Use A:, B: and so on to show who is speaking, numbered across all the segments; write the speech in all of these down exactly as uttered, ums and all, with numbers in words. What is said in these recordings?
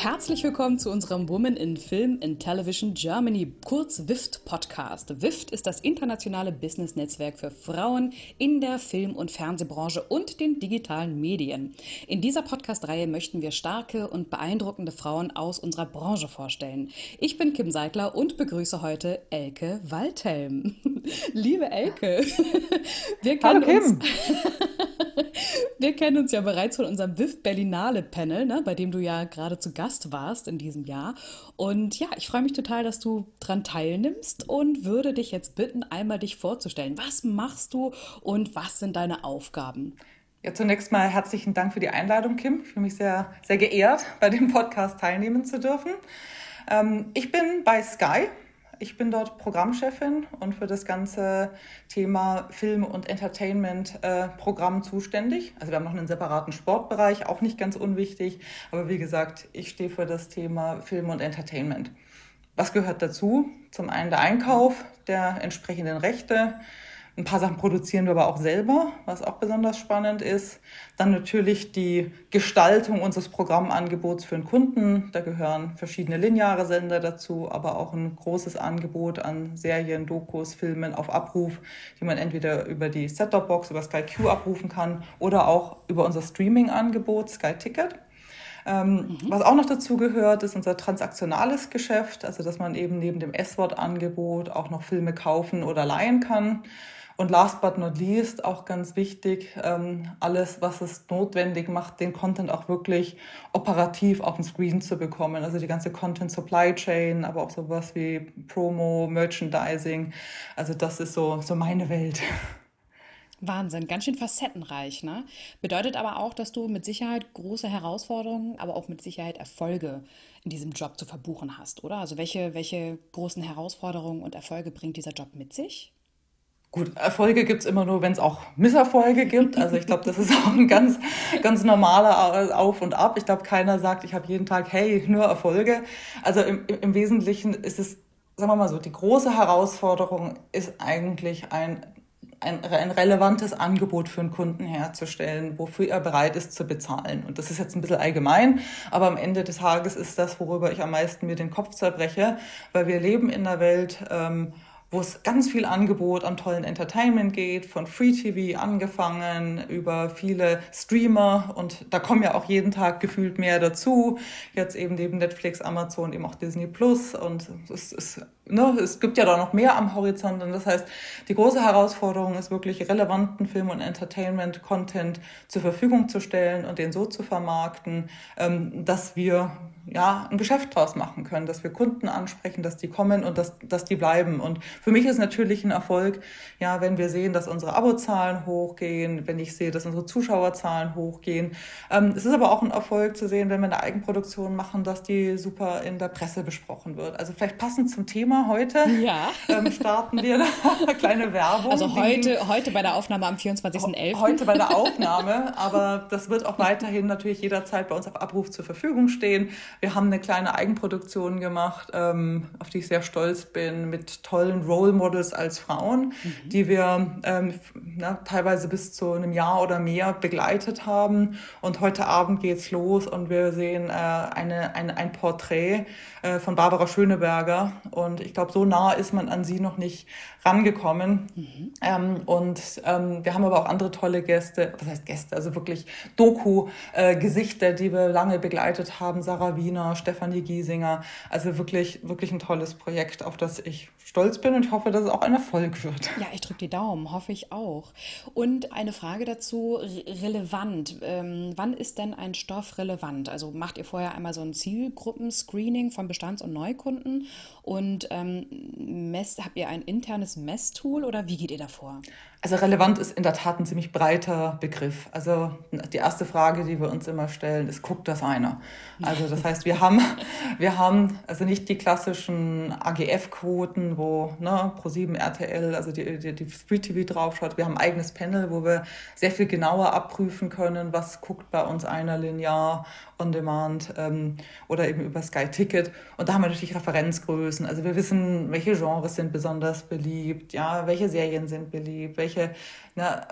A: Herzlich willkommen zu unserem Women in Film and Television Germany, kurz W I F T Podcast. W I F T ist das internationale Business-Netzwerk für Frauen in der Film- und Fernsehbranche und den digitalen Medien. In dieser Podcast-Reihe möchten wir starke und beeindruckende Frauen aus unserer Branche vorstellen. Ich bin Kim Seidler und begrüße heute Elke Waldhelm. Liebe Elke, wir kennen
B: Hallo
A: uns...
B: Kim.
A: Wir kennen uns ja bereits von unserem W I F T Berlinale Panel, ne, bei dem du ja gerade zu Gast warst in diesem Jahr. Und ja, ich freue mich total, dass du dran teilnimmst und würde dich jetzt bitten, einmal dich vorzustellen. Was machst du und was sind deine Aufgaben?
B: Ja, zunächst mal herzlichen Dank für die Einladung, Kim. Ich fühle mich sehr, sehr geehrt, bei dem Podcast teilnehmen zu dürfen. Ähm, ich bin bei Sky. Ich bin dort Programmchefin und für das ganze Thema Film- und Entertainment-Programm äh, zuständig. Also wir haben noch einen separaten Sportbereich, auch nicht ganz unwichtig. Aber wie gesagt, ich stehe für das Thema Film und Entertainment. Was gehört dazu? Zum einen der Einkauf der entsprechenden Rechte. Ein paar Sachen produzieren wir aber auch selber, was auch besonders spannend ist. Dann natürlich die Gestaltung unseres Programmangebots für den Kunden. Da gehören verschiedene lineare Sender dazu, aber auch ein großes Angebot an Serien, Dokus, Filmen auf Abruf, die man entweder über die Set-Top-Box, über Sky Q abrufen kann oder auch über unser Streaming-Angebot Sky Ticket. Ähm, mhm. Was auch noch dazu gehört, ist unser transaktionales Geschäft, also dass man eben neben dem S-Wort-Angebot auch noch Filme kaufen oder leihen kann. Und last but not least, auch ganz wichtig, ähm, alles, was es notwendig macht, den Content auch wirklich operativ auf den Screen zu bekommen. Also die ganze Content Supply Chain, aber auch sowas wie Promo, Merchandising. Also das ist so, so meine Welt.
A: Wahnsinn, ganz schön facettenreich, ne? Bedeutet aber auch, dass du mit Sicherheit große Herausforderungen, aber auch mit Sicherheit Erfolge in diesem Job zu verbuchen hast, oder? Also welche, welche großen Herausforderungen und Erfolge bringt dieser Job mit sich?
B: Gut, Erfolge gibt's immer nur, wenn es auch Misserfolge gibt. Also ich glaube, das ist auch ein ganz, ganz normaler Auf und Ab. Ich glaube, keiner sagt, ich habe jeden Tag, hey, nur Erfolge. Also im, im Wesentlichen ist es, sagen wir mal so, die große Herausforderung ist eigentlich ein, ein, ein relevantes Angebot für einen Kunden herzustellen, wofür er bereit ist zu bezahlen. Und das ist jetzt ein bisschen allgemein, aber am Ende des Tages ist das, worüber ich am meisten mir den Kopf zerbreche, weil wir leben in einer Welt, ähm, wo es ganz viel Angebot an tollen Entertainment geht, von Free-T V angefangen über viele Streamer und da kommen ja auch jeden Tag gefühlt mehr dazu. Jetzt eben neben Netflix, Amazon, eben auch Disney Plus und es ist, ne, es gibt ja da noch mehr am Horizont und das heißt, die große Herausforderung ist wirklich relevanten Film- und Entertainment-Content zur Verfügung zu stellen und den so zu vermarkten, dass wir ja, ein Geschäft draus machen können, dass wir Kunden ansprechen, dass die kommen und dass, dass die bleiben. Und für mich ist natürlich ein Erfolg, ja, wenn wir sehen, dass unsere Abozahlen hochgehen, wenn ich sehe, dass unsere Zuschauerzahlen hochgehen. Ähm, es ist aber auch ein Erfolg zu sehen, wenn wir eine Eigenproduktion machen, dass die super in der Presse besprochen wird. Also vielleicht passend zum Thema heute
A: ja.
B: ähm, starten wir eine kleine Werbung.
A: Also heute, heute bei der Aufnahme am vierundzwanzigsten elften
B: Heute bei der Aufnahme, aber das wird auch weiterhin natürlich jederzeit bei uns auf Abruf zur Verfügung stehen. Wir haben eine kleine Eigenproduktion gemacht, ähm, auf die ich sehr stolz bin, mit tollen Role Models als Frauen, mhm. die wir ähm, na, teilweise bis zu einem Jahr oder mehr begleitet haben. Und heute Abend geht's los und wir sehen äh, eine, eine, ein Porträt äh, von Barbara Schöneberger. Und ich glaube, so nah ist man an sie noch nicht rangekommen. Mhm. Ähm, und ähm, wir haben aber auch andere tolle Gäste, was heißt Gäste, also wirklich Doku-Gesichter, äh, die wir lange begleitet haben, Sarah Wiener, Stefanie Giesinger, also wirklich, wirklich ein tolles Projekt, auf das ich stolz bin und ich hoffe, dass es auch ein Erfolg wird.
A: Ja, ich drücke die Daumen, hoffe ich auch. Und eine Frage dazu, re- relevant. Ähm, wann ist denn ein Stoff relevant? Also macht ihr vorher einmal so ein Zielgruppenscreening von Bestands- und Neukunden und ähm, messt, habt ihr ein internes Messtool oder wie geht ihr davor?
B: Also relevant ist in der Tat ein ziemlich breiter Begriff. Also die erste Frage, die wir uns immer stellen, ist, guckt das einer? Also das heißt, wir haben, wir haben also nicht die klassischen A G F-Quoten, wo ne, ProSieben, R T L, also die, die, die Free-T V draufschaut. Wir haben ein eigenes Panel, wo wir sehr viel genauer abprüfen können, was guckt bei uns einer linear, on demand ähm, oder eben über Sky Ticket. Und da haben wir natürlich Referenzgrößen. Also wir wissen, welche Genres sind besonders beliebt, ja, welche Serien sind beliebt, welche na,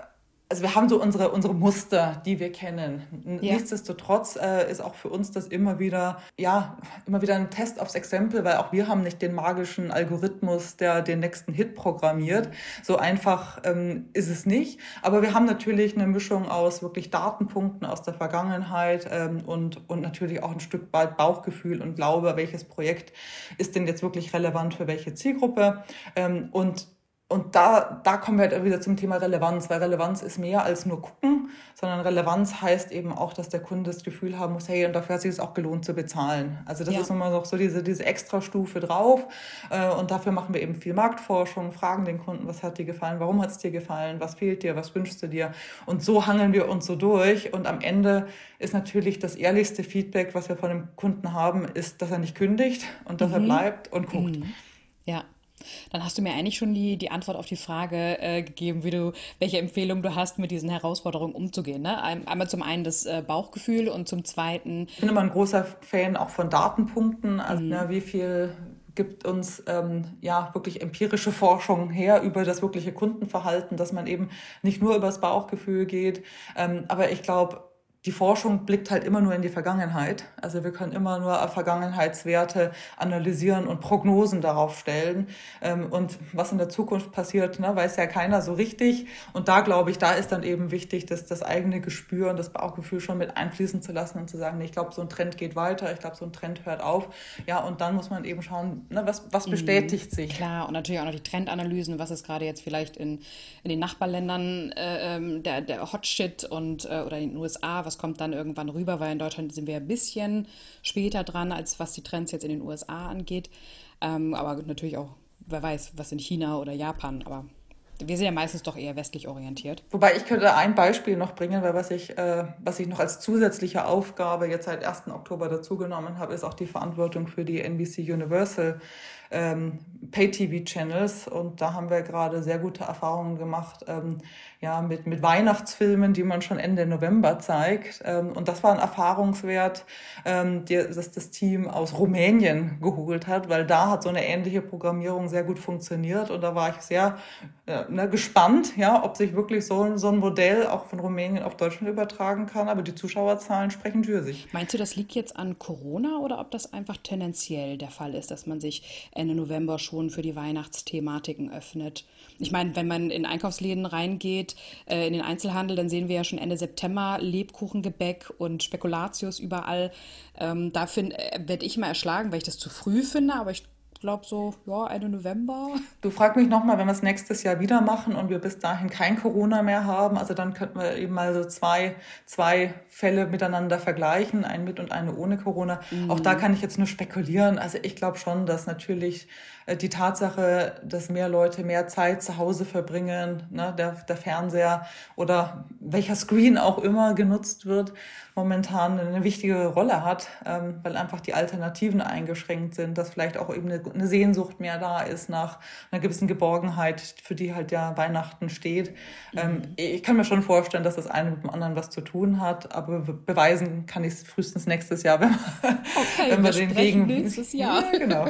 B: also wir haben so unsere, unsere Muster, die wir kennen.
A: Ja.
B: Nichtsdestotrotz äh, ist auch für uns das immer wieder, ja, immer wieder ein Test aufs Exempel, weil auch wir haben nicht den magischen Algorithmus, der den nächsten Hit programmiert. So einfach ähm, ist es nicht. Aber wir haben natürlich eine Mischung aus wirklich Datenpunkten aus der Vergangenheit ähm, und, und natürlich auch ein Stück weit Bauchgefühl und Glaube, welches Projekt ist denn jetzt wirklich relevant für welche Zielgruppe. Ähm, und Und da, da kommen wir halt wieder zum Thema Relevanz, weil Relevanz ist mehr als nur gucken, sondern Relevanz heißt eben auch, dass der Kunde das Gefühl haben muss, hey, und dafür hat sich es auch gelohnt zu bezahlen. Also das ja. ist nochmal noch so diese, diese Extrastufe drauf. Und dafür machen wir eben viel Marktforschung, fragen den Kunden, was hat dir gefallen, warum hat es dir gefallen, was fehlt dir, was wünschst du dir? Und so hangeln wir uns so durch. Und am Ende ist natürlich das ehrlichste Feedback, was wir von dem Kunden haben, ist, dass er nicht kündigt und dass mhm. er bleibt und guckt.
A: Mhm. Ja. Dann hast du mir eigentlich schon die, die Antwort auf die Frage äh, gegeben, wie du, welche Empfehlung du hast, mit diesen Herausforderungen umzugehen. Ne? Einmal zum einen das äh, Bauchgefühl und zum zweiten...
B: Ich bin immer ein großer Fan auch von Datenpunkten. Also mhm. ne, wie viel gibt uns ähm, ja wirklich empirische Forschung her über das wirkliche Kundenverhalten, dass man eben nicht nur über das Bauchgefühl geht. Ähm, aber ich glaube, die Forschung blickt halt immer nur in die Vergangenheit. Also wir können immer nur Vergangenheitswerte analysieren und Prognosen darauf stellen. Und was in der Zukunft passiert, ne, weiß ja keiner so richtig. Und da glaube ich, da ist dann eben wichtig, dass das eigene Gespür und das Bauchgefühl schon mit einfließen zu lassen und zu sagen, nee, ich glaube, so ein Trend geht weiter, ich glaube, so ein Trend hört auf. Ja, und dann muss man eben schauen, ne, was, was bestätigt sich.
A: Klar, und natürlich auch noch die Trendanalysen, was ist gerade jetzt vielleicht in, in den Nachbarländern äh, der, der Hotshit und, äh, oder in den U S A, was kommt dann irgendwann rüber, weil in Deutschland sind wir ein bisschen später dran, als was die Trends jetzt in den U S A angeht. Ähm, aber natürlich auch, wer weiß, was in China oder Japan, aber wir sind ja meistens doch eher westlich orientiert.
B: Wobei ich könnte ein Beispiel noch bringen, weil was ich, äh, was ich noch als zusätzliche Aufgabe jetzt seit ersten Oktober dazugenommen habe, ist auch die Verantwortung für die N B C Universal ähm, Pay-T V-Channels. Und da haben wir gerade sehr gute Erfahrungen gemacht, ähm, ja, mit, mit Weihnachtsfilmen, die man schon Ende November zeigt. Ähm, und das war ein Erfahrungswert, ähm, die, das das Team aus Rumänien geholt hat, weil da hat so eine ähnliche Programmierung sehr gut funktioniert. Und da war ich sehr äh, ne, gespannt, ja, ob sich wirklich so, so ein Modell auch von Rumänien auf Deutschland übertragen kann. Aber die Zuschauerzahlen sprechen für sich.
A: Meinst du, das liegt jetzt an Corona oder ob das einfach tendenziell der Fall ist, dass man sich Ende November schon für die Weihnachtsthematiken öffnet? Ich meine, wenn man in Einkaufsläden reingeht, äh, in den Einzelhandel, dann sehen wir ja schon Ende September Lebkuchengebäck und Spekulatius überall. Ähm, da äh, werde ich mal erschlagen, weil ich das zu früh finde, aber ich glaube so, ja, Ende November.
B: Du frag mich nochmal, wenn wir es nächstes Jahr wieder machen und wir bis dahin kein Corona mehr haben, also dann könnten wir eben mal so zwei, zwei Fälle miteinander vergleichen, einen mit und eine ohne Corona. Mhm. Auch da kann ich jetzt nur spekulieren. Also ich glaube schon, dass natürlich die Tatsache, dass mehr Leute mehr Zeit zu Hause verbringen, ne, der, der Fernseher oder welcher Screen auch immer genutzt wird, momentan eine wichtige Rolle hat, ähm, weil einfach die Alternativen eingeschränkt sind, dass vielleicht auch eben eine, eine Sehnsucht mehr da ist nach einer gewissen Geborgenheit, für die halt ja Weihnachten steht. Mhm. Ähm, ich kann mir schon vorstellen, dass das eine mit dem anderen was zu tun hat, aber beweisen kann ich es frühestens nächstes Jahr, wenn,
A: okay,
B: wenn wir,
A: wir
B: den Gegen...
A: nächstes Jahr.
B: Ja, genau.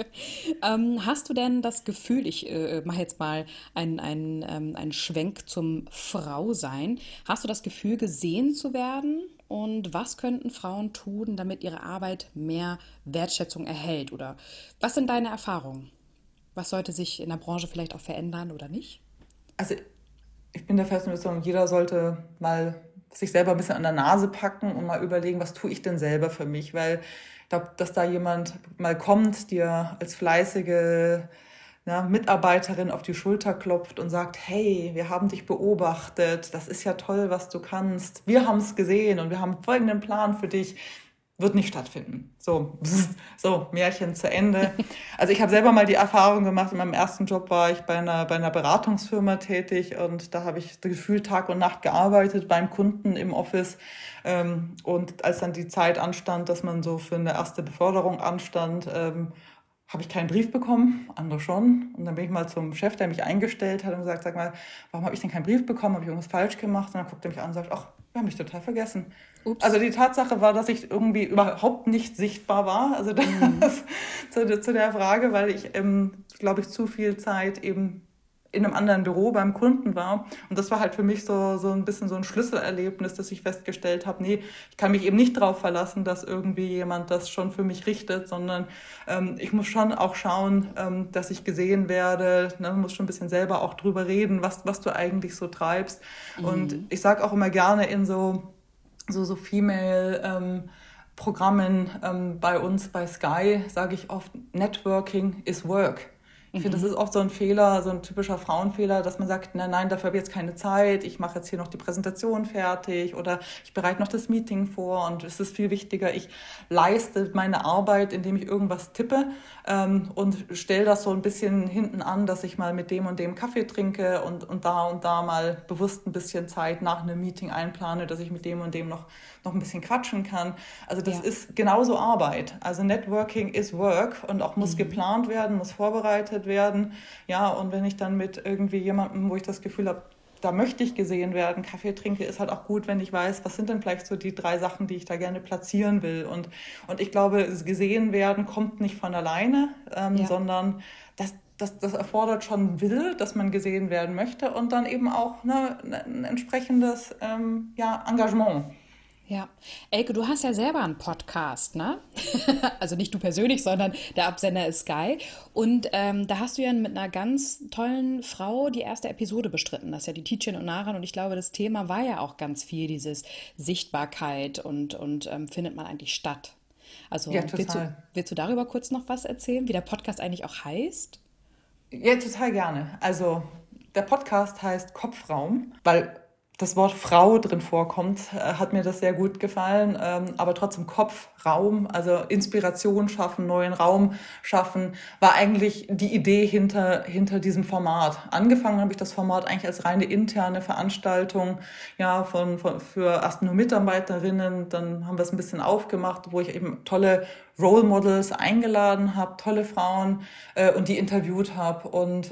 A: ähm, hast du denn das Gefühl, ich äh, mache jetzt mal einen, einen, ähm, einen Schwenk zum Frausein, hast du das Gefühl, gesehen zu werden? Und was könnten Frauen tun, damit ihre Arbeit mehr Wertschätzung erhält? Oder was sind deine Erfahrungen? Was sollte sich in der Branche vielleicht auch verändern oder nicht?
B: Also ich bin der festen Überzeugung, jeder sollte mal sich selber ein bisschen an der Nase packen und mal überlegen, was tue ich denn selber für mich? Weil ich glaube, dass da jemand mal kommt, dir als fleißige ja, Mitarbeiterin auf die Schulter klopft und sagt, hey, wir haben dich beobachtet, das ist ja toll, was du kannst, wir haben es gesehen und wir haben folgenden Plan für dich, wird nicht stattfinden. So, so Märchen zu Ende. Also ich habe selber mal die Erfahrung gemacht, in meinem ersten Job war ich bei einer, bei einer Beratungsfirma tätig und da habe ich gefühlt Tag und Nacht gearbeitet beim Kunden im Office. Und als dann die Zeit anstand, dass man so für eine erste Beförderung anstand, habe ich keinen Brief bekommen, andere schon. Und dann bin ich mal zum Chef, der mich eingestellt hat und gesagt, sag mal, warum habe ich denn keinen Brief bekommen? Habe ich irgendwas falsch gemacht? Und dann guckt er mich an und sagt, ach, wir haben mich total vergessen. Ups. Also die Tatsache war, dass ich irgendwie überhaupt nicht sichtbar war. Also das mhm. zu, zu der Frage, weil ich, ähm, glaube ich, zu viel Zeit eben in einem anderen Büro beim Kunden war. Und das war halt für mich so, so ein bisschen so ein Schlüsselerlebnis, dass ich festgestellt habe, nee, ich kann mich eben nicht darauf verlassen, dass irgendwie jemand das schon für mich richtet, sondern ähm, ich muss schon auch schauen, ähm, dass ich gesehen werde. Ne, man muss schon ein bisschen selber auch drüber reden, was, was du eigentlich so treibst. Mhm. Und ich sage auch immer gerne in so, so, so Female ähm, Programmen ähm, bei uns bei Sky, sage ich oft, Networking is work. Ich finde, das ist oft so ein Fehler, so ein typischer Frauenfehler, dass man sagt, nein, nein, dafür habe ich jetzt keine Zeit, ich mache jetzt hier noch die Präsentation fertig oder ich bereite noch das Meeting vor und es ist viel wichtiger, ich leiste meine Arbeit, indem ich irgendwas tippe ähm, und stelle das so ein bisschen hinten an, dass ich mal mit dem und dem Kaffee trinke und, und da und da mal bewusst ein bisschen Zeit nach einem Meeting einplane, dass ich mit dem und dem noch, noch ein bisschen quatschen kann. Also das ja. ist genauso Arbeit. Also Networking is work und auch muss mhm. geplant werden, muss vorbereitet werden. Ja, und wenn ich dann mit irgendwie jemandem, wo ich das Gefühl habe, da möchte ich gesehen werden, Kaffee trinke, ist halt auch gut, wenn ich weiß, was sind denn vielleicht so die drei Sachen, die ich da gerne platzieren will. Und, und ich glaube, gesehen werden kommt nicht von alleine, ähm, ja. sondern das, das, das erfordert schon Wille, dass man gesehen werden möchte und dann eben auch ne, ein entsprechendes ähm, ja, Engagement.
A: Ja, Elke, du hast ja selber einen Podcast, ne? Also nicht du persönlich, sondern der Absender ist Sky. Und ähm, da hast du ja mit einer ganz tollen Frau die erste Episode bestritten. Das ist ja die Tietjen Onaran. Und ich glaube, das Thema war ja auch ganz viel dieses Sichtbarkeit und, und ähm, findet man eigentlich statt. Also
B: ja,
A: willst, du, willst du darüber kurz noch was erzählen, wie der Podcast eigentlich auch heißt?
B: Ja, total gerne. Also der Podcast heißt Kopfraum, weil das Wort Frau drin vorkommt, hat mir das sehr gut gefallen, aber trotzdem Kopfraum, also Inspiration schaffen, neuen Raum schaffen, war eigentlich die Idee hinter, hinter diesem Format. Angefangen habe ich das Format eigentlich als reine interne Veranstaltung, ja, von, von, für erst nur Mitarbeiterinnen, dann haben wir es ein bisschen aufgemacht, wo ich eben tolle Role Models eingeladen habe, tolle Frauen äh, und die interviewt habe und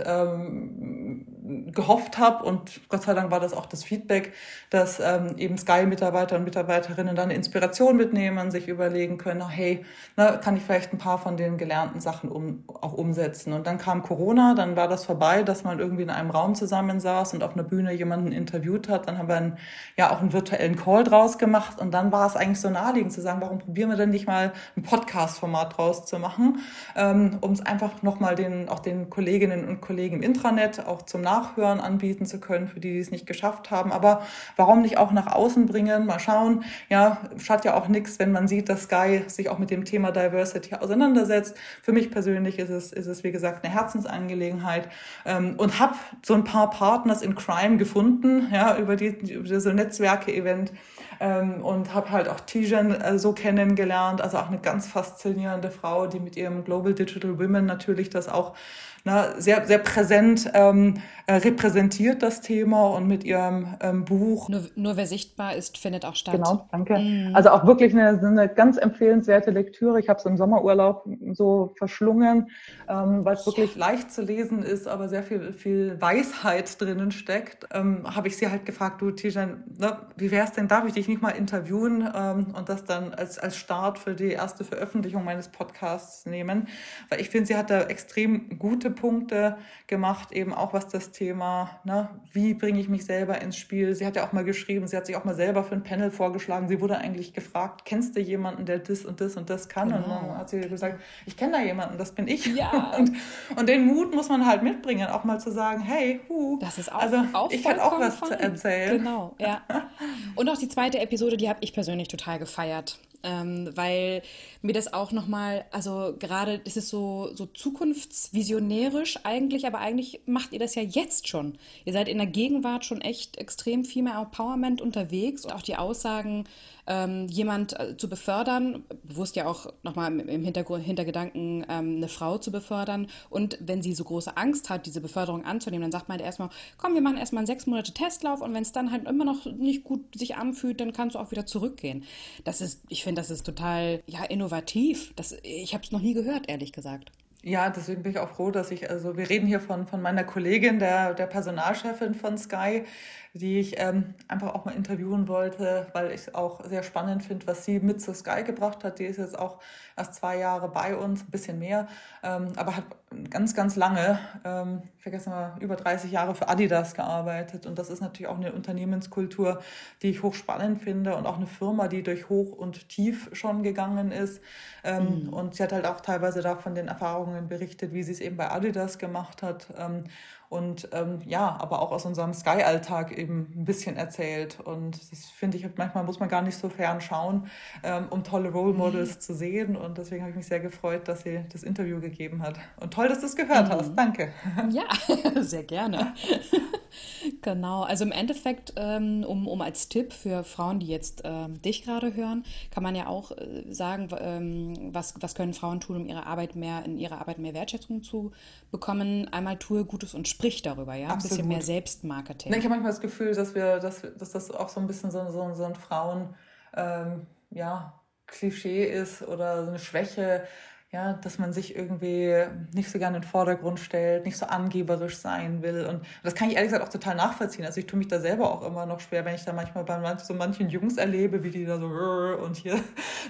B: ähm, gehofft habe und Gott sei Dank war das auch das Feedback, dass ähm, eben Sky-Mitarbeiter und Mitarbeiterinnen dann eine Inspiration mitnehmen, sich überlegen können, hey, na, kann ich vielleicht ein paar von den gelernten Sachen um, auch umsetzen. Und dann kam Corona, dann war das vorbei, dass man irgendwie in einem Raum zusammensaß und auf einer Bühne jemanden interviewt hat. Dann haben wir einen, ja auch einen virtuellen Call draus gemacht und dann war es eigentlich so naheliegend zu sagen, warum probieren wir denn nicht mal ein Podcast-Format draus zu machen, ähm, um es einfach nochmal den, auch den Kolleginnen und Kollegen im Intranet auch zum Nachhören anbieten zu können, für die, die es nicht geschafft haben. Aber warum nicht auch nach außen bringen? Mal schauen. Ja, schadet ja auch nichts, wenn man sieht, dass Sky sich auch mit dem Thema Diversity auseinandersetzt. Für mich persönlich ist es, ist es wie gesagt, eine Herzensangelegenheit ähm, und habe so ein paar Partners in Crime gefunden, ja, über die, über so Netzwerke-Event ähm, und habe halt auch Tietjen äh, so kennengelernt, also auch eine ganz faszinierende Frau, die mit ihrem Global Digital Women natürlich das auch na, sehr, sehr präsent ähm, äh, repräsentiert, das Thema und mit ihrem ähm, Buch.
A: Nur, nur wer sichtbar ist, findet auch statt.
B: Genau, danke. Mm. Also auch wirklich eine, eine ganz empfehlenswerte Lektüre. Ich habe es im Sommerurlaub so verschlungen, ähm, weil es ja. wirklich leicht zu lesen ist, aber sehr viel, viel Weisheit drinnen steckt. Ähm, habe ich sie halt gefragt, du Tietjen, ne, wie wär's denn, darf ich dich nicht mal interviewen ähm, und das dann als, als Start für die erste Veröffentlichung meines Podcasts nehmen? Weil ich finde, sie hat da extrem gute Punkte gemacht, eben auch was das Thema, ne, wie bringe ich mich selber ins Spiel. Sie hat ja auch mal geschrieben, sie hat sich auch mal selber für ein Panel vorgeschlagen. Sie wurde eigentlich gefragt, kennst du jemanden, der das und das und das kann? Genau. Und dann hat sie gesagt, ich kenne da jemanden, das bin ich.
A: Ja.
B: Und, und den Mut muss man halt mitbringen, auch mal zu sagen, hey, hu,
A: das ist auch,
B: also
A: auch
B: ich hätte auch was
A: fein.
B: zu erzählen.
A: Genau, ja. Und auch die zweite Episode, die habe ich persönlich total gefeiert. Ähm, weil mir das auch nochmal, also gerade, das ist so, so zukunftsvisionärisch eigentlich, aber eigentlich macht ihr das ja jetzt schon. Ihr seid in der Gegenwart schon echt extrem viel mehr Empowerment unterwegs und auch die Aussagen, ähm, jemand äh, zu befördern, bewusst ja auch nochmal im, im Hintergrund, Hintergedanken ähm, eine Frau zu befördern und wenn sie so große Angst hat, diese Beförderung anzunehmen, dann sagt man halt erstmal, komm, wir machen erstmal einen sechs Monate Testlauf und wenn es dann halt immer noch nicht gut sich anfühlt, dann kannst du auch wieder zurückgehen. Das ist, ich finde, das ist total ja, innovativ. Das, ich habe es noch nie gehört, ehrlich gesagt.
B: Ja, deswegen bin ich auch froh, dass ich, also wir reden hier von, von meiner Kollegin, der, der Personalchefin von Sky, die ich ähm, einfach auch mal interviewen wollte, weil ich es auch sehr spannend finde, was sie mit zu Sky gebracht hat. Die ist jetzt auch erst zwei Jahre bei uns, ein bisschen mehr, ähm, aber hat ganz, ganz lange, ähm, ich vergesse mal, über dreißig Jahre für Adidas gearbeitet. Und das ist natürlich auch eine Unternehmenskultur, die ich hochspannend finde und auch eine Firma, die durch Hoch und Tief schon gegangen ist. Ähm,
A: Mhm.
B: und sie hat halt auch teilweise da von den Erfahrungen berichtet, wie sie es eben bei Adidas gemacht hat. Ähm, und ähm, ja, aber auch aus unserem Sky-Alltag eben ein bisschen erzählt. Und das finde ich, manchmal muss man gar nicht so fern schauen, ähm, um tolle Role
A: Nee.
B: Models zu sehen. Und deswegen habe ich mich sehr gefreut, dass sie das Interview gegeben hat. Und toll, dass du es gehört hast.
A: Mhm.
B: Danke.
A: Ja, sehr gerne. Genau, also im Endeffekt, ähm, um, um als Tipp für Frauen, die jetzt ähm, dich gerade hören, kann man ja auch äh, sagen, w- ähm, was, was können Frauen tun, um ihre Arbeit mehr, in ihrer Arbeit mehr Wertschätzung zu bekommen. Einmal tue Gutes und sprich darüber, ja. Ein bisschen mehr
B: Absolut. Ne, ich
A: Selbstmarketing.
B: habe manchmal das Gefühl, dass wir, dass, wir- dass das auch so ein bisschen so, so, so ein Frauen, ähm, ja, Klischee ist oder so eine Schwäche, ja, dass man sich irgendwie nicht so gerne in den Vordergrund stellt, nicht so angeberisch sein will. Und das kann ich ehrlich gesagt auch total nachvollziehen. Also ich tue mich da selber auch immer noch schwer, wenn ich da manchmal bei manch, so manchen Jungs erlebe, wie die da so und hier,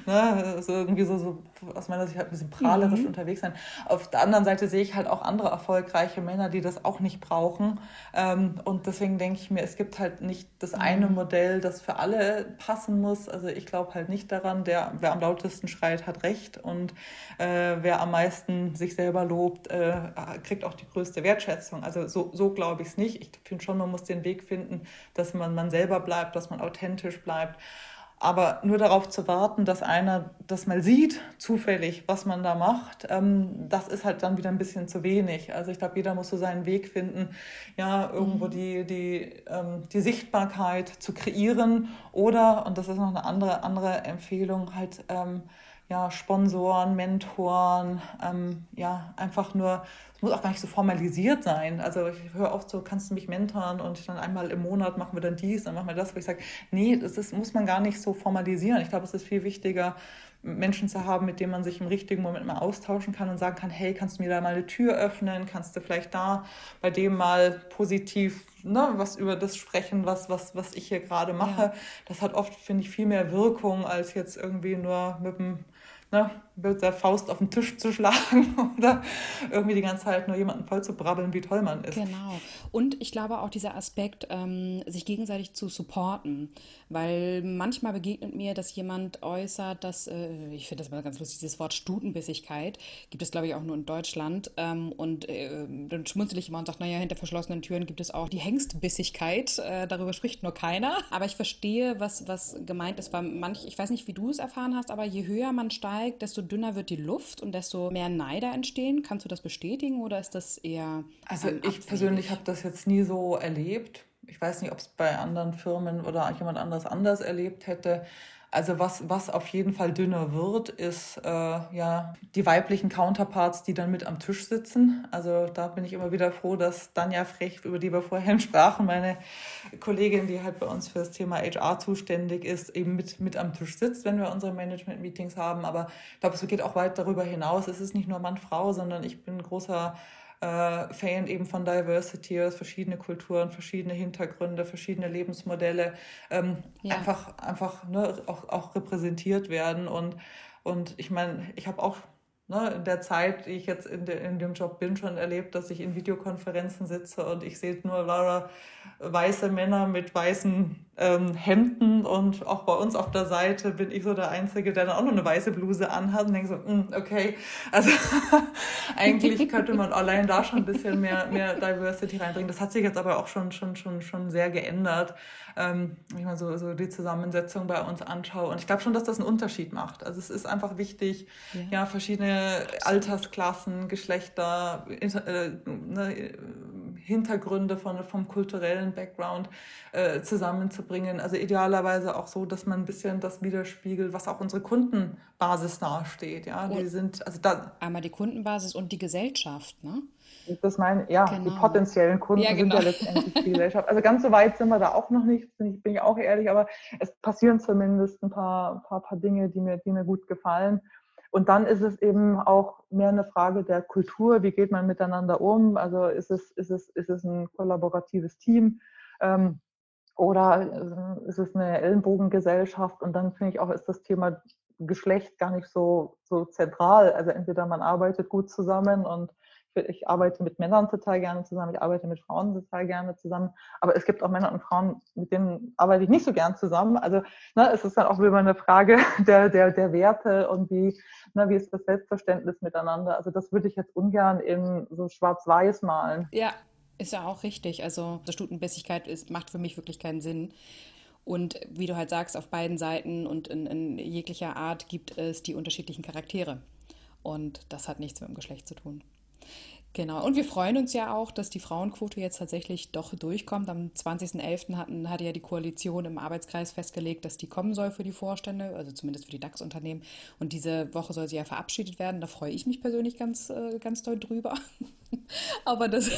B: ne, so irgendwie so, so aus meiner Sicht halt ein bisschen prahlerisch
A: Mhm.
B: unterwegs sein. Auf der anderen Seite sehe ich halt auch andere erfolgreiche Männer, die das auch nicht brauchen. Ähm, und deswegen denke ich mir, es gibt halt nicht das eine
A: Mhm.
B: Modell, das für alle passen muss. Also ich glaube halt nicht daran, der, wer am lautesten schreit, hat recht. Und äh, wer am meisten sich selber lobt, äh, kriegt auch die größte Wertschätzung. Also so, so glaube ich es nicht. Ich finde schon, man muss den Weg finden, dass man man selber bleibt, dass man authentisch bleibt. Aber nur darauf zu warten, dass einer das mal sieht, zufällig, was man da macht, ähm, das ist halt dann wieder ein bisschen zu wenig. Also ich glaube, jeder muss so seinen Weg finden, ja, irgendwo
A: Mhm.
B: die, die, ähm, die Sichtbarkeit zu kreieren oder, und das ist noch eine andere, andere Empfehlung, halt ähm, ja, Sponsoren, Mentoren, ähm, ja, einfach nur, es muss auch gar nicht so formalisiert sein. Also ich höre oft so, kannst du mich mentoren und dann einmal im Monat machen wir dann dies, dann machen wir das, wo ich sage, nee, das ist, muss man gar nicht so formalisieren. Ich glaube, es ist viel wichtiger, Menschen zu haben, mit denen man sich im richtigen Moment mal austauschen kann und sagen kann, hey, kannst du mir da mal eine Tür öffnen? Kannst du vielleicht da bei dem mal positiv, ne, was über das sprechen, was, was, was ich hier gerade
A: Ja.
B: mache? Das hat oft, finde ich, viel mehr Wirkung, als jetzt irgendwie nur mit dem, ne, mit der Faust auf den Tisch zu schlagen oder irgendwie die ganze Zeit nur jemanden voll zu brabbeln, wie toll man ist.
A: Genau. Und ich glaube auch dieser Aspekt, ähm, sich gegenseitig zu supporten. Weil manchmal begegnet mir, dass jemand äußert, dass, äh, ich finde das mal ganz lustig, dieses Wort Stutenbissigkeit gibt es, glaube ich, auch nur in Deutschland. Ähm, und äh, dann schmunzel ich immer und sage, naja, hinter verschlossenen Türen gibt es auch die Hengstbissigkeit. Äh, darüber spricht nur keiner. Aber ich verstehe, was, was gemeint ist, weil manch, ich weiß nicht, wie du es erfahren hast, aber je höher man steigt, desto dünner wird die Luft und desto mehr Neider entstehen. Kannst du das bestätigen oder ist das eher
B: Also
A: ähm,
B: ich persönlich habe
A: abwegig?
B: das jetzt nie so erlebt. Ich weiß nicht, ob es bei anderen Firmen oder jemand anderes anders erlebt hätte. Also was, was auf jeden Fall dünner wird, ist äh, ja die weiblichen Counterparts, die dann mit am Tisch sitzen. Also da bin ich immer wieder froh, dass Danja Frech, über die wir vorhin sprachen, meine Kollegin, die halt bei uns für das Thema H R zuständig ist, eben mit, mit am Tisch sitzt, wenn wir unsere Management-Meetings haben. Aber ich glaube, es geht auch weit darüber hinaus. Es ist nicht nur Mann-Frau, sondern ich bin ein großer äh, Fan eben von Diversity, dass verschiedene Kulturen, verschiedene Hintergründe, verschiedene Lebensmodelle ähm,
A: Ja.
B: einfach, einfach ne, auch, auch repräsentiert werden. Und, und ich meine, ich habe auch ne, in der Zeit, die ich jetzt in, de, in dem Job bin, schon erlebt, dass ich in Videokonferenzen sitze und ich sehe nur lauter weiße Männer mit weißen ähm, Hemden und auch bei uns auf der Seite bin ich so der Einzige, der dann auch noch eine weiße Bluse anhat und denke so, mm, okay, also eigentlich könnte man allein da schon ein bisschen mehr, mehr Diversity reinbringen. Das hat sich jetzt aber auch schon, schon, schon, schon sehr geändert, ähm, wenn ich mal so, so die Zusammensetzung bei uns anschaue. Und ich glaube schon, dass das einen Unterschied macht. Also es ist einfach wichtig,
A: Ja,
B: ja, verschiedene
A: absolut.
B: Altersklassen, Geschlechter, inter, äh, ne, Hintergründe von, vom kulturellen Background äh, zusammenzubringen. Also idealerweise auch so, dass man ein bisschen das widerspiegelt, was auch unsere Kundenbasis dasteht. Ja,
A: Und
B: die sind, also da,
A: einmal die Kundenbasis und die Gesellschaft, ne?
B: das meine, ja, die
A: Genau.
B: potenziellen
A: Ja,
B: Kunden sind
A: genau.
B: ja letztendlich die Gesellschaft. Also ganz so weit sind wir da auch noch nicht, bin ich, bin ich auch ehrlich, aber es passieren zumindest ein paar, paar, paar Dinge, die mir, die mir gut gefallen. Und dann ist es eben auch mehr eine Frage der Kultur. Wie geht man miteinander um? Also ist es, ist es, ist es ein kollaboratives Team? Ähm, oder ist es eine Ellenbogengesellschaft? Und dann finde ich auch, ist das Thema Geschlecht gar nicht so, so zentral. Also entweder man arbeitet gut zusammen und ich arbeite mit Männern total gerne zusammen, ich arbeite mit Frauen total gerne zusammen, aber es gibt auch Männer und Frauen, mit denen arbeite ich nicht so gern zusammen. Also ne, es ist dann auch immer eine Frage der, der, der Werte und wie, ne, wie ist das Selbstverständnis miteinander. Also das würde ich jetzt ungern in so schwarz-weiß malen.
A: Ja, ist ja auch richtig. Also so Stutenbissigkeit ist, macht für mich wirklich keinen Sinn. Und wie du halt sagst, auf beiden Seiten und in, in jeglicher Art gibt es die unterschiedlichen Charaktere. Und das hat nichts mit dem Geschlecht zu tun. Genau, und wir freuen uns ja auch, dass die Frauenquote jetzt tatsächlich doch durchkommt. Am zwanzigsten elften hatten, hatte ja die Koalition im Arbeitskreis festgelegt, dass die kommen soll für die Vorstände, also zumindest für die DAX-Unternehmen. Und diese Woche soll sie ja verabschiedet werden. Da freue ich mich persönlich ganz, äh, ganz doll drüber. Aber das,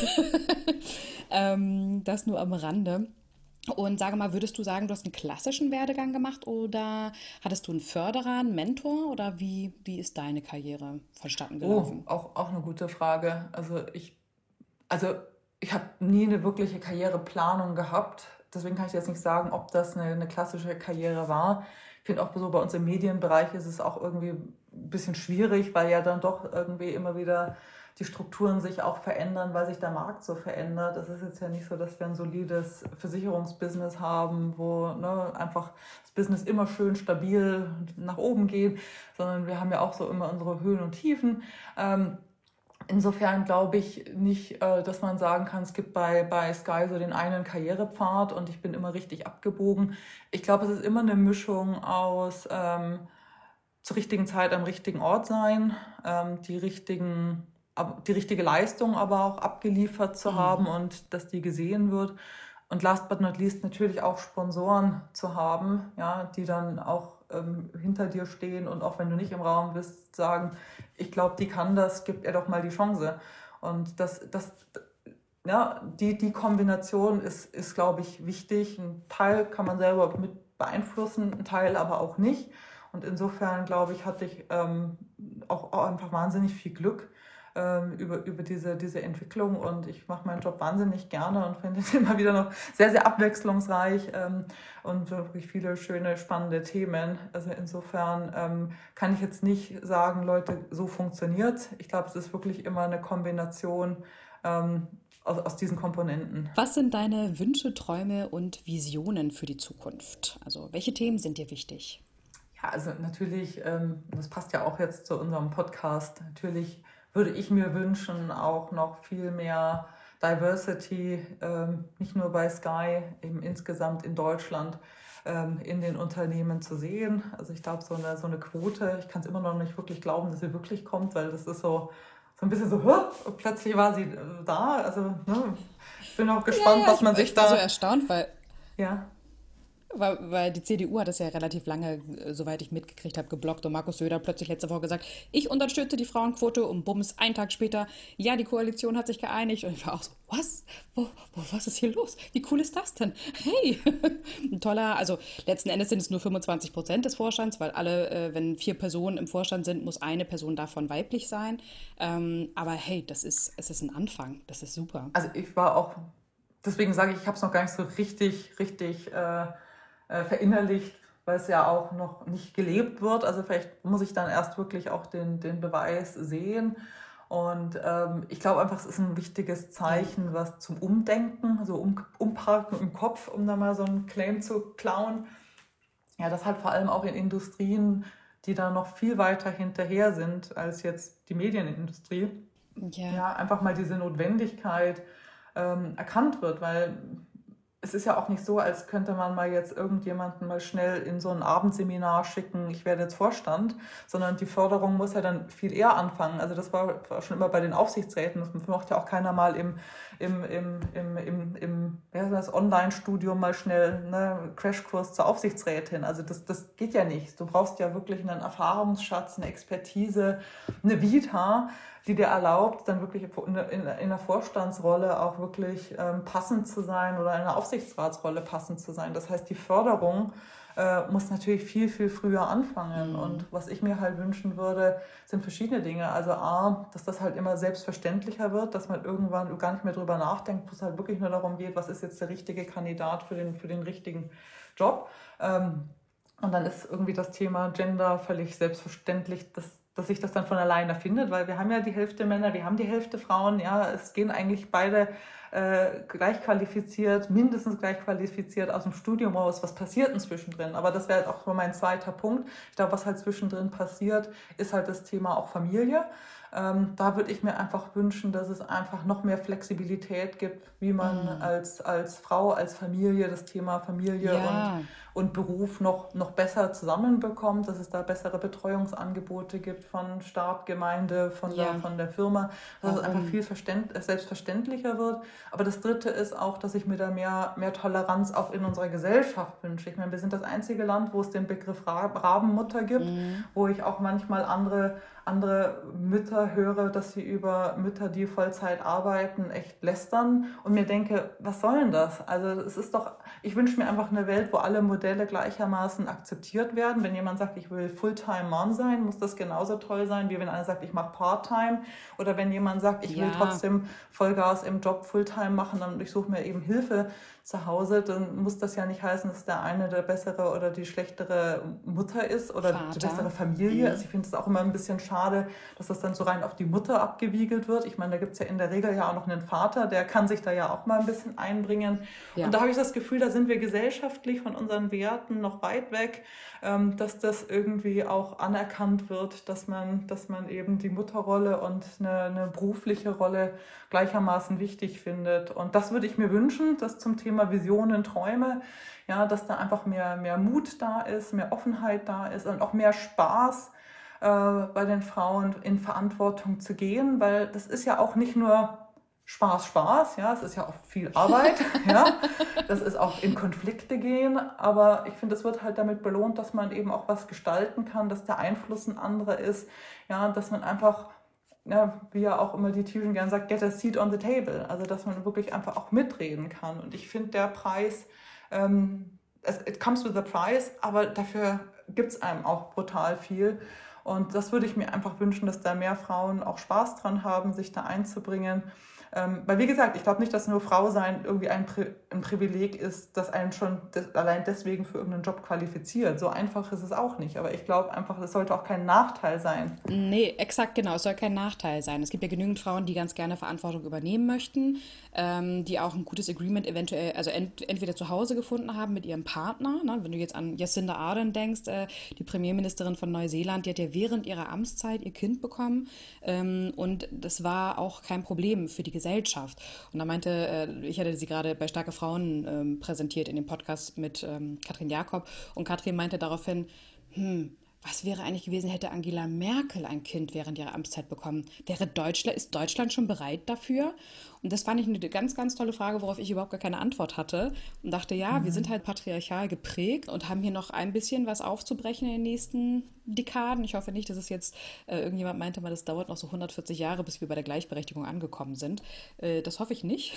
A: ähm, das nur am Rande. Und sage mal, würdest du sagen, du hast einen klassischen Werdegang gemacht oder hattest du einen Förderer, einen Mentor oder wie, wie ist deine Karriere vonstatten
B: Oh,
A: gelaufen?
B: auch, auch eine gute Frage. Also ich, also ich habe nie eine wirkliche Karriereplanung gehabt. Deswegen kann ich jetzt nicht sagen, ob das eine, eine klassische Karriere war. Ich finde auch so bei uns im Medienbereich ist es auch irgendwie ein bisschen schwierig, weil ja dann doch irgendwie immer wieder die Strukturen sich auch verändern, weil sich der Markt so verändert. Es ist jetzt ja nicht so, dass wir ein solides Versicherungsbusiness haben, wo ne, einfach das Business immer schön stabil nach oben geht, sondern wir haben ja auch so immer unsere Höhen und Tiefen. Ähm, Insofern glaube ich nicht, äh, dass man sagen kann, es gibt bei, bei Sky so den einen Karrierepfad und ich bin immer richtig abgebogen. Ich glaube, es ist immer eine Mischung aus ähm, zur richtigen Zeit am richtigen Ort sein, ähm, die richtigen, die richtige Leistung aber auch abgeliefert zu haben
A: Mhm.
B: und dass die gesehen wird. Und last but not least natürlich auch Sponsoren zu haben, ja, die dann auch ähm, hinter dir stehen und auch wenn du nicht im Raum bist, sagen, ich glaube, die kann das, gibt ihr doch mal die Chance. Und das, das, ja, die, die Kombination ist, ist, glaube ich, wichtig. Ein Teil kann man selber mit beeinflussen, ein Teil aber auch nicht. Und insofern, glaube ich, hatte ich ähm, auch, auch einfach wahnsinnig viel Glück ähm, über, über diese, diese Entwicklung. Und ich mache meinen Job wahnsinnig gerne und finde es immer wieder noch sehr, sehr abwechslungsreich ähm, und wirklich viele schöne, spannende Themen. Also insofern ähm, kann ich jetzt nicht sagen, Leute, so funktioniert. Ich glaube, es ist wirklich immer eine Kombination ähm, aus, aus diesen Komponenten.
A: Was sind deine Wünsche, Träume und Visionen für die Zukunft? Also welche Themen sind dir wichtig?
B: Ja, also natürlich, ähm, das passt ja auch jetzt zu unserem Podcast, natürlich würde ich mir wünschen, auch noch viel mehr Diversity, ähm, nicht nur bei Sky, eben insgesamt in Deutschland, ähm, in den Unternehmen zu sehen. Also ich glaube, so eine, so eine Quote, ich kann es immer noch nicht wirklich glauben, dass sie wirklich kommt, weil das ist so, so ein bisschen so, "Hä?" plötzlich war sie äh, da. Also ne, ich bin auch
A: Ja,
B: gespannt,
A: ja,
B: was
A: ich,
B: man sich
A: ich war so
B: da,
A: erstaunt, weil
B: ja.
A: Weil, weil die C D U hat es ja relativ lange, äh, soweit ich mitgekriegt habe, geblockt und Markus Söder hat plötzlich letzte Woche gesagt, ich unterstütze die Frauenquote und bums, einen Tag später, ja, die Koalition hat sich geeinigt und ich war auch so, was? Wo, wo, was ist hier los? Wie cool ist das denn? Hey! Ein toller, also letzten Endes sind es nur fünfundzwanzig Prozent des Vorstands, weil alle, äh, wenn vier Personen im Vorstand sind, muss eine Person davon weiblich sein. Ähm, aber hey, das ist, es ist ein Anfang, das ist super.
B: Also ich war auch, deswegen sage ich, ich habe es noch gar nicht so richtig, richtig äh, äh, verinnerlicht, weil es ja auch noch nicht gelebt wird. Also vielleicht muss ich dann erst wirklich auch den, den Beweis sehen. Und ähm, ich glaube einfach, es ist ein wichtiges
A: Ja.
B: Zeichen, was zum Umdenken, so um, umparken im Kopf, um da mal so einen Claim zu klauen. Ja, das halt vor allem auch in Industrien, die da noch viel weiter hinterher sind als jetzt die Medienindustrie,
A: Ja.
B: ja, einfach mal diese Notwendigkeit ähm, erkannt wird, weil es ist ja auch nicht so, als könnte man mal jetzt irgendjemanden mal schnell in so ein Abendseminar schicken, ich werde jetzt Vorstand, sondern die Förderung muss ja dann viel eher anfangen. Also das war, war schon immer bei den Aufsichtsräten, das macht ja auch keiner mal im, im, im, im, im, im ja, das Online-Studium mal schnell ne, Crashkurs zur Aufsichtsrätin. Also das, das geht ja nicht. Du brauchst ja wirklich einen Erfahrungsschatz, eine Expertise, eine Vita, die dir erlaubt, dann wirklich in, in, in einer Vorstandsrolle auch wirklich ähm, passend zu sein oder in einer Aufsichtsratsrolle passend zu sein. Das heißt, die Förderung äh, muss natürlich viel, viel früher anfangen. Mhm. Und was ich mir halt wünschen würde, sind verschiedene Dinge. Also A, dass das halt immer selbstverständlicher wird, dass man irgendwann gar nicht mehr drüber nachdenkt, wo es halt wirklich nur darum geht, was ist jetzt der richtige Kandidat für den, für den richtigen Job. Ähm, und dann ist irgendwie das Thema Gender völlig selbstverständlich, dass dass sich das dann von alleine findet, weil wir haben ja die Hälfte Männer, wir haben die Hälfte Frauen, ja, es gehen eigentlich beide äh, gleich qualifiziert, mindestens gleich qualifiziert aus dem Studium raus. Was passiert denn zwischendrin? Aber das wäre auch so mein zweiter Punkt. Ich glaube, was halt zwischendrin passiert, ist halt das Thema auch Familie. Ähm, da würde ich mir einfach wünschen, dass es einfach noch mehr Flexibilität gibt, wie man mhm. als, als Frau, als Familie das Thema Familie ja. und, und Beruf noch, noch besser zusammenbekommt, dass es da bessere Betreuungsangebote gibt von Staat, Gemeinde, von, ja. der, von der Firma, dass Warum? es einfach viel verständ, selbstverständlicher wird. Aber das Dritte ist auch, dass ich mir da mehr, mehr Toleranz auch in unserer Gesellschaft wünsche. Ich meine, wir sind das einzige Land, wo es den Begriff Rabenmutter gibt, mhm. wo ich auch manchmal andere andere Mütter höre, dass sie über Mütter, die Vollzeit arbeiten, echt lästern und mir denke, was soll denn das? Also es ist doch, ich wünsche mir einfach eine Welt, wo alle Modelle gleichermaßen akzeptiert werden. Wenn jemand sagt, ich will Fulltime-Mom sein, muss das genauso toll sein, wie wenn einer sagt, ich mache Part-Time. Oder wenn jemand sagt, ich ja. will trotzdem Vollgas im Job Fulltime machen und ich suche mir eben Hilfe zu Hause, dann muss das ja nicht heißen, dass der eine der bessere oder die schlechtere Mutter ist oder Vater. Die bessere Familie. Mhm. Also ich finde es auch immer ein bisschen schade, dass das dann so rein auf die Mutter abgewiegelt wird. Ich meine, da gibt es ja in der Regel ja auch noch einen Vater, der kann sich da ja auch mal ein bisschen einbringen. Ja. Und da habe ich das Gefühl, da sind wir gesellschaftlich von unseren Werten noch weit weg, dass das irgendwie auch anerkannt wird, dass man, dass man eben die Mutterrolle und eine, eine berufliche Rolle gleichermaßen wichtig findet. Und das würde ich mir wünschen, dass zum Thema Visionen, Träume, ja, dass da einfach mehr, mehr Mut da ist, mehr Offenheit da ist und auch mehr Spaß äh, bei den Frauen in Verantwortung zu gehen, weil das ist ja auch nicht nur Spaß, Spaß, ja, es ist ja oft viel Arbeit, ja, das ist auch in Konflikte gehen, aber ich finde, es wird halt damit belohnt, dass man eben auch was gestalten kann, dass der Einfluss ein anderer ist, ja, dass man einfach, ja, wie ja auch immer die Tüchen gerne sagt, get a seat on the table, also dass man wirklich einfach auch mitreden kann und ich finde, der Preis, ähm, it comes with a price, aber dafür gibt es einem auch brutal viel und das würde ich mir einfach wünschen, dass da mehr Frauen auch Spaß dran haben, sich da einzubringen. Ähm, weil wie gesagt, ich glaube nicht, dass nur Frau sein irgendwie ein, Pri- ein Privileg ist, das einen schon des- allein deswegen für irgendeinen Job qualifiziert. So einfach ist es auch nicht. Aber ich glaube einfach, es sollte auch kein Nachteil sein.
A: Nee, exakt genau. Es soll kein Nachteil sein. Es gibt ja genügend Frauen, die ganz gerne Verantwortung übernehmen möchten, ähm, die auch ein gutes Agreement eventuell, also ent- entweder zu Hause gefunden haben mit ihrem Partner. Ne? Wenn du jetzt an Jacinda Ardern denkst, äh, die Premierministerin von Neuseeland, die hat ja während ihrer Amtszeit ihr Kind bekommen. Ähm, und das war auch kein Problem für die Gesellschaft. Und da meinte, äh, ich hatte sie gerade bei Starke Frauen ähm, präsentiert in dem Podcast mit ähm, Katrin Jakob und Katrin meinte daraufhin, hm, was wäre eigentlich gewesen, hätte Angela Merkel ein Kind während ihrer Amtszeit bekommen? Wäre Deutschland, ist Deutschland schon bereit dafür? Und das fand ich eine ganz, ganz tolle Frage, worauf ich überhaupt gar keine Antwort hatte. Und dachte, ja, mhm. wir sind halt patriarchal geprägt und haben hier noch ein bisschen was aufzubrechen in den nächsten Dekaden. Ich hoffe nicht, dass es jetzt, äh, irgendjemand meinte mal, das dauert noch so hundertvierzig Jahre, bis wir bei der Gleichberechtigung angekommen sind. Äh, das hoffe ich nicht.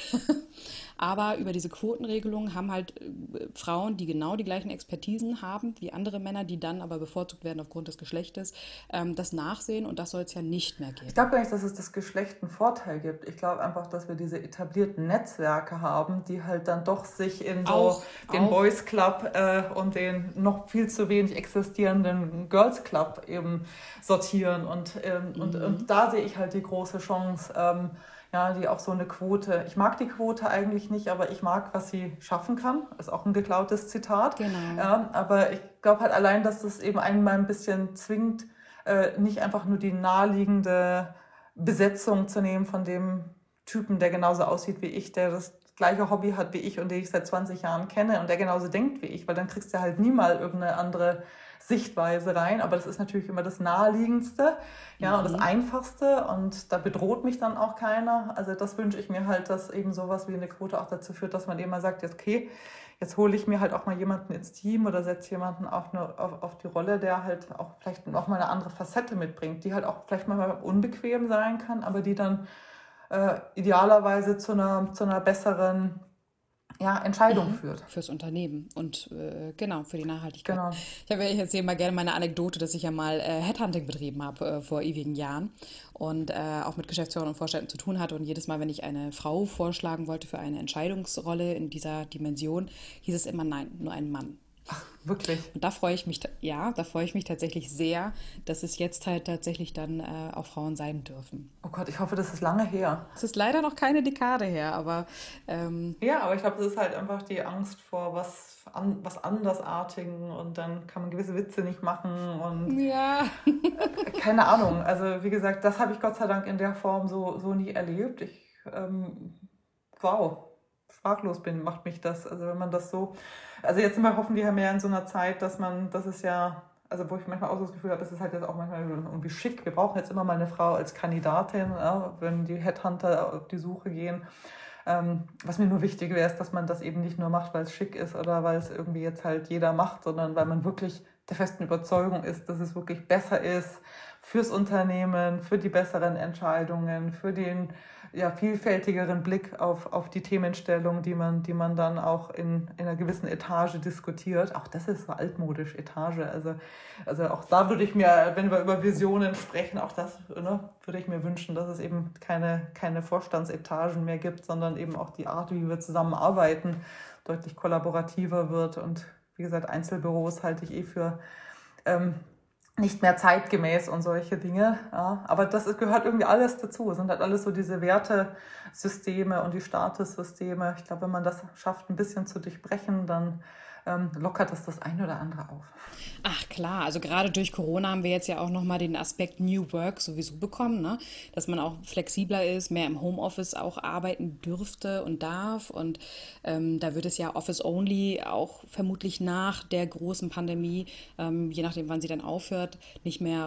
A: Aber über diese Quotenregelung haben halt äh, Frauen, die genau die gleichen Expertisen haben wie andere Männer, die dann aber bevorzugt werden aufgrund des Geschlechtes, ähm, das Nachsehen und das soll es ja nicht mehr geben.
B: Ich glaube gar nicht, dass es das Geschlecht einen Vorteil gibt. Ich glaube einfach, dass wir diese etablierten Netzwerke haben, die halt dann doch sich in so auch, den auch. Boys Club äh, und den noch viel zu wenig existierenden Girls Club eben sortieren. Und, ähm, mhm. und, und da sehe ich halt die große Chance, ähm, ja, die auch so eine Quote, ich mag die Quote eigentlich nicht, aber ich mag, was sie schaffen kann. Ist auch ein geklautes Zitat.
A: Genau.
B: Ja, aber ich glaube halt allein, dass das eben einen mal ein bisschen zwingt, äh, nicht einfach nur die naheliegende Besetzung zu nehmen von dem Typen, der genauso aussieht wie ich, der das gleiche Hobby hat wie ich und den ich seit zwanzig Jahren kenne und der genauso denkt wie ich, weil dann kriegst du halt nie mal irgendeine andere Sichtweise rein, aber das ist natürlich immer das Naheliegendste, ja, mhm. und das Einfachste und da bedroht mich dann auch keiner. Also das wünsche ich mir halt, dass eben sowas wie eine Quote auch dazu führt, dass man eben mal sagt, jetzt okay, jetzt hole ich mir halt auch mal jemanden ins Team oder setze jemanden auch nur auf, auf die Rolle, der halt auch vielleicht noch mal eine andere Facette mitbringt, die halt auch vielleicht mal unbequem sein kann, aber die dann äh, idealerweise zu einer, zu einer besseren ja, Entscheidung mhm. führt.
A: Fürs Unternehmen und äh, genau, für die Nachhaltigkeit.
B: Genau.
A: Ich, habe, ich erzähle mal gerne meine Anekdote, dass ich ja mal äh, Headhunting betrieben habe äh, vor ewigen Jahren und äh, auch mit Geschäftsführern und Vorständen zu tun hatte. Und jedes Mal, wenn ich eine Frau vorschlagen wollte für eine Entscheidungsrolle in dieser Dimension, hieß es immer nein, nur ein Mann.
B: Ach, wirklich?
A: Und da freue ich mich, ja, da freue ich mich tatsächlich sehr, dass es jetzt halt tatsächlich dann äh, auch Frauen sein dürfen.
B: Oh Gott, ich hoffe, das ist lange her.
A: Es ist leider noch keine Dekade her, aber... Ähm,
B: ja, aber ich glaube, das ist halt einfach die Angst vor was, an, was Andersartigen und dann kann man gewisse Witze nicht machen und...
A: Ja.
B: keine Ahnung, also wie gesagt, das habe ich Gott sei Dank in der Form so, so nie erlebt. Ich, ähm, wow, sprachlos bin, macht mich das, also wenn man das so... Also jetzt sind wir hoffentlich mehr in so einer Zeit, dass man, das ist ja, also wo ich manchmal auch so das Gefühl habe, das ist halt jetzt auch manchmal irgendwie schick. Wir brauchen jetzt immer mal eine Frau als Kandidatin, ja, wenn die Headhunter auf die Suche gehen. Ähm, was mir nur wichtig wäre, ist, dass man das eben nicht nur macht, weil es schick ist oder weil es irgendwie jetzt halt jeder macht, sondern weil man wirklich der festen Überzeugung ist, dass es wirklich besser ist fürs Unternehmen, für die besseren Entscheidungen, für den ja, vielfältigeren Blick auf, auf die Themenstellung, die man, die man dann auch in, in einer gewissen Etage diskutiert. Auch das ist so altmodisch, Etage. Also, also auch da würde ich mir, wenn wir über Visionen sprechen, auch das ne, würde ich mir wünschen, dass es eben keine, keine Vorstandsetagen mehr gibt, sondern eben auch die Art, wie wir zusammenarbeiten, deutlich kollaborativer wird. Und wie gesagt, Einzelbüros halte ich eh für... Ähm, nicht mehr zeitgemäß und solche Dinge. Ja. Aber das gehört irgendwie alles dazu. Es sind halt alles so diese Wertesysteme und die Statussysteme. Ich glaube, wenn man das schafft, ein bisschen zu durchbrechen, dann ähm, lockert das das eine oder andere auf.
A: Ach klar, also gerade durch Corona haben wir jetzt ja auch nochmal den Aspekt New Work sowieso bekommen, ne? Dass man auch flexibler ist, mehr im Homeoffice auch arbeiten dürfte und darf. Und ähm, da wird es ja Office-Only auch vermutlich nach der großen Pandemie, ähm, je nachdem wann sie dann aufhört, nicht mehr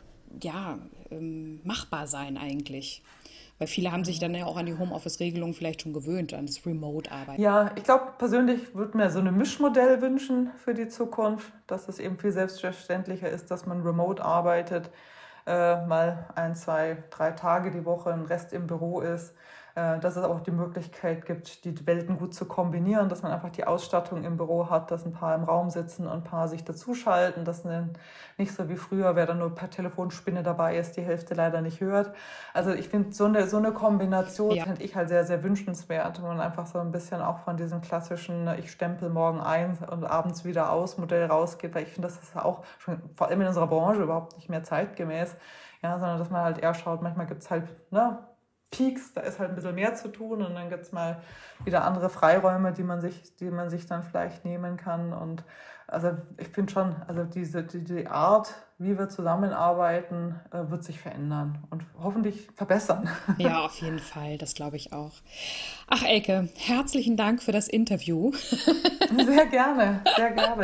A: ja, ähm, machbar sein eigentlich. Weil viele haben sich dann ja auch an die Homeoffice-Regelung vielleicht schon gewöhnt, an das Remote-Arbeiten.
B: Ja, ich glaube, persönlich würde mir so ein Mischmodell wünschen für die Zukunft, dass es eben viel selbstverständlicher ist, dass man remote arbeitet, äh, mal ein, zwei, drei Tage die Woche, ein Rest im Büro ist. Äh, dass es auch die Möglichkeit gibt, die Welten gut zu kombinieren, dass man einfach die Ausstattung im Büro hat, dass ein paar im Raum sitzen und ein paar sich dazuschalten, dass nicht so wie früher, wer dann nur per Telefonspinne dabei ist, die Hälfte leider nicht hört. Also ich finde, so eine, so eine Kombination ja. finde ich halt sehr, sehr wünschenswert, wo man einfach so ein bisschen auch von diesem klassischen ich stempel morgen ein und abends wieder aus Modell rausgeht, weil ich finde, das ist auch schon vor allem in unserer Branche überhaupt nicht mehr zeitgemäß, ja, sondern dass man halt eher schaut, manchmal gibt es halt, ne, Peaks, da ist halt ein bisschen mehr zu tun und dann gibt es mal wieder andere Freiräume, die man sich, die man sich dann vielleicht nehmen kann. Und also ich finde schon, also diese die, die Art, wie wir zusammenarbeiten, äh, wird sich verändern und hoffentlich verbessern.
A: Ja, auf jeden Fall, das glaube ich auch. Ach Elke, herzlichen Dank für das Interview.
B: Sehr gerne, sehr gerne.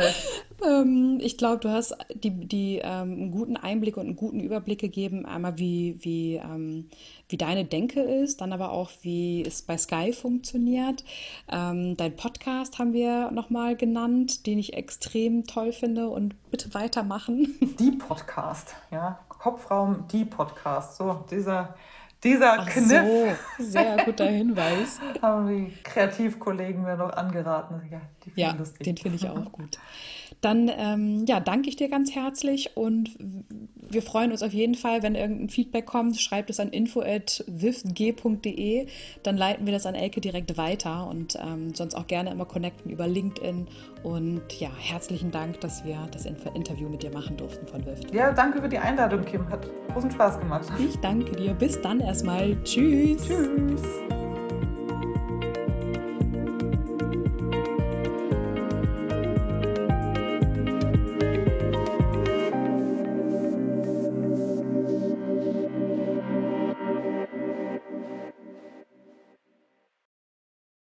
A: ähm, ich glaube, du hast die, die ähm, einen guten Einblick und einen guten Überblick gegeben, einmal wie, wie, ähm, wie deine Denke ist, dann aber auch, wie es bei Sky funktioniert. Ähm, dein Podcast haben wir nochmal genannt, den ich extrem toll finde und bitte weitermachen.
B: Die Podcast, ja, Kopfraum, die Podcast, so dieser... Dieser
A: Ach
B: Kniff.
A: So, sehr guter Hinweis.
B: Haben die Kreativkollegen mir noch angeraten. Ja, die
A: ja
B: lustig.
A: Den finde ich auch gut. Dann ähm, ja, danke ich dir ganz herzlich und wir freuen uns auf jeden Fall, wenn irgendein Feedback kommt, schreibt es an info at wifg punkt de, dann leiten wir das an Elke direkt weiter und ähm, sonst auch gerne immer connecten über LinkedIn und ja, herzlichen Dank, dass wir das Interview mit dir machen durften von W I F T.
B: Ja, danke für die Einladung, Kim, hat großen Spaß gemacht.
A: Ich danke dir, bis dann erstmal, tschüss.
B: Tschüss.